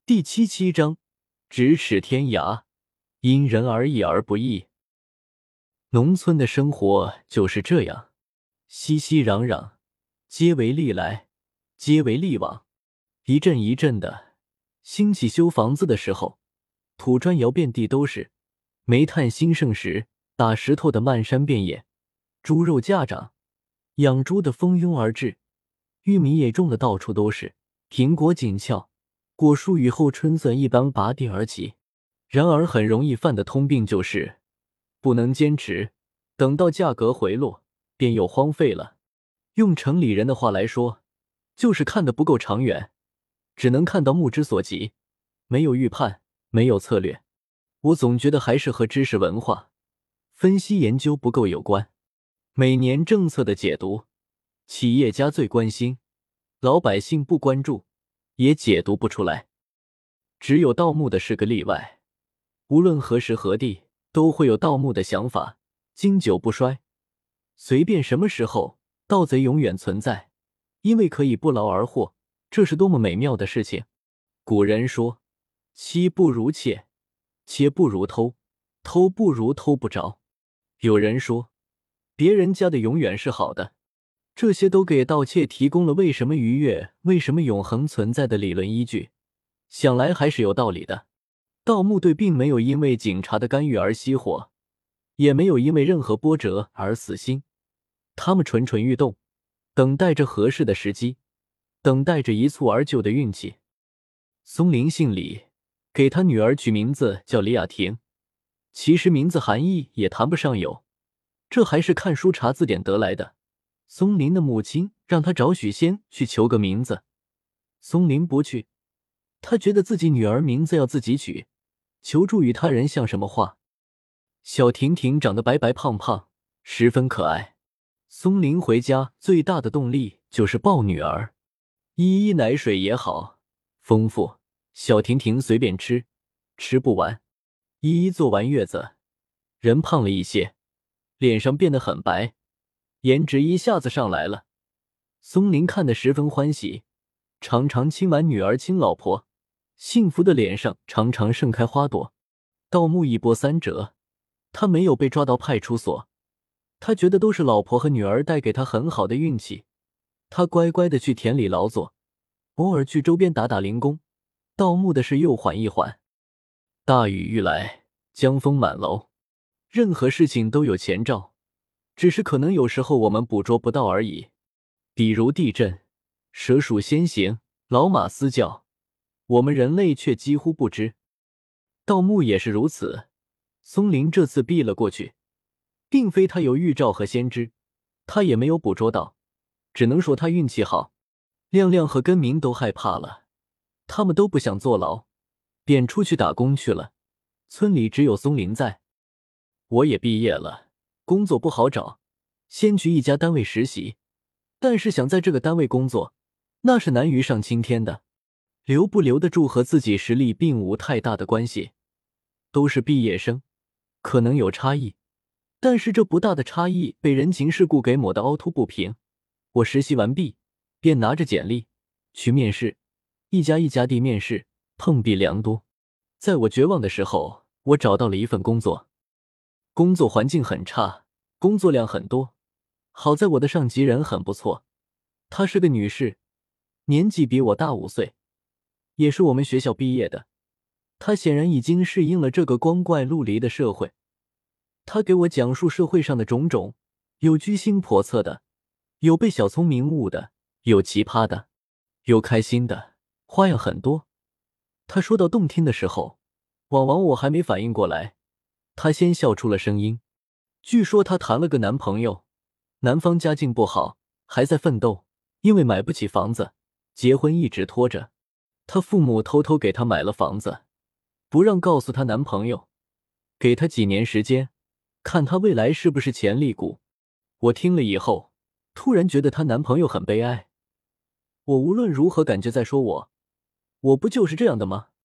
第77章，咫尺天涯，因人而异而不易。农村的生活就是这样，熙熙攘攘，皆为利来，皆为利往，一阵一阵的。兴起修房子的时候，土砖窑遍地都是，煤炭兴盛时，打石头的漫山遍野，猪肉价涨，养猪的蜂拥而至，玉米也种的到处都是，苹果紧俏，果树雨后春笋一般拔地而起。然而很容易犯的通病就是不能坚持，等到价格回落便又荒废了。用城里人的话来说，就是看得不够长远，只能看到目之所及，没有预判，没有策略。我总觉得还是和知识文化分析研究不够有关。每年政策的解读，企业家最关心，老百姓不关注，也解读不出来。只有盗墓的是个例外，无论何时何地都会有盗墓的想法，经久不衰。随便什么时候，盗贼永远存在，因为可以不劳而获，这是多么美妙的事情。古人说，妻不如妾，妾不如偷，偷不如偷不着。有人说，别人家的永远是好的，这些都给盗窃提供了为什么愉悦、为什么永恒存在的理论依据，想来还是有道理的。盗墓队并没有因为警察的干预而熄火，也没有因为任何波折而死心，他们蠢蠢欲动，等待着合适的时机，等待着一蹴而就的运气。松林姓李，给他女儿取名字叫李雅婷，其实名字含义也谈不上有，这还是看书查字典得来的。松林的母亲让他找许仙去求个名字，松林不去，他觉得自己女儿名字要自己取，求助于他人像什么话。小婷婷长得白白胖胖，十分可爱。松林回家最大的动力就是抱女儿，依依奶水也好丰富，小婷婷随便吃，吃不完。依依做完月子，人胖了一些，脸上变得很白，颜值一下子上来了。松林看得十分欢喜，常常亲完女儿亲老婆，幸福的脸上常常盛开花朵。盗墓一波三折，他没有被抓到派出所，他觉得都是老婆和女儿带给他很好的运气。他乖乖的去田里劳作，偶尔去周边打打零工，盗墓的事又缓一缓。大雨欲来，江风满楼，任何事情都有前兆，只是可能有时候我们捕捉不到而已。比如地震，蛇鼠先行，老马嘶叫，我们人类却几乎不知。盗墓也是如此，松林这次避了过去，并非他有预兆和先知，他也没有捕捉到，只能说他运气好。亮亮和根明都害怕了，他们都不想坐牢，便出去打工去了。村里只有松林在。我也毕业了，工作不好找，先去一家单位实习，但是想在这个单位工作，那是难于上青天的。留不留得住和自己实力并无太大的关系，都是毕业生，可能有差异，但是这不大的差异被人情世故给抹得凹凸不平。我实习完毕，便拿着简历去面试，一家一家地面试，碰壁良多。在我绝望的时候，我找到了一份工作。工作环境很差，工作量很多，好在我的上级人很不错，她是个女士，年纪比我大5岁，也是我们学校毕业的。她显然已经适应了这个光怪陆离的社会。她给我讲述社会上的种种，有居心叵测的，有被小聪明误的，有奇葩的，有开心的，花样很多。她说到动听的时候，往往我还没反应过来，她先笑出了声音。据说她谈了个男朋友，男方家境不好，还在奋斗，因为买不起房子，结婚一直拖着。她父母偷偷给她买了房子，不让告诉她男朋友，给她几年时间，看她未来是不是潜力股。我听了以后，突然觉得她男朋友很悲哀。我无论如何感觉在说我不就是这样的吗？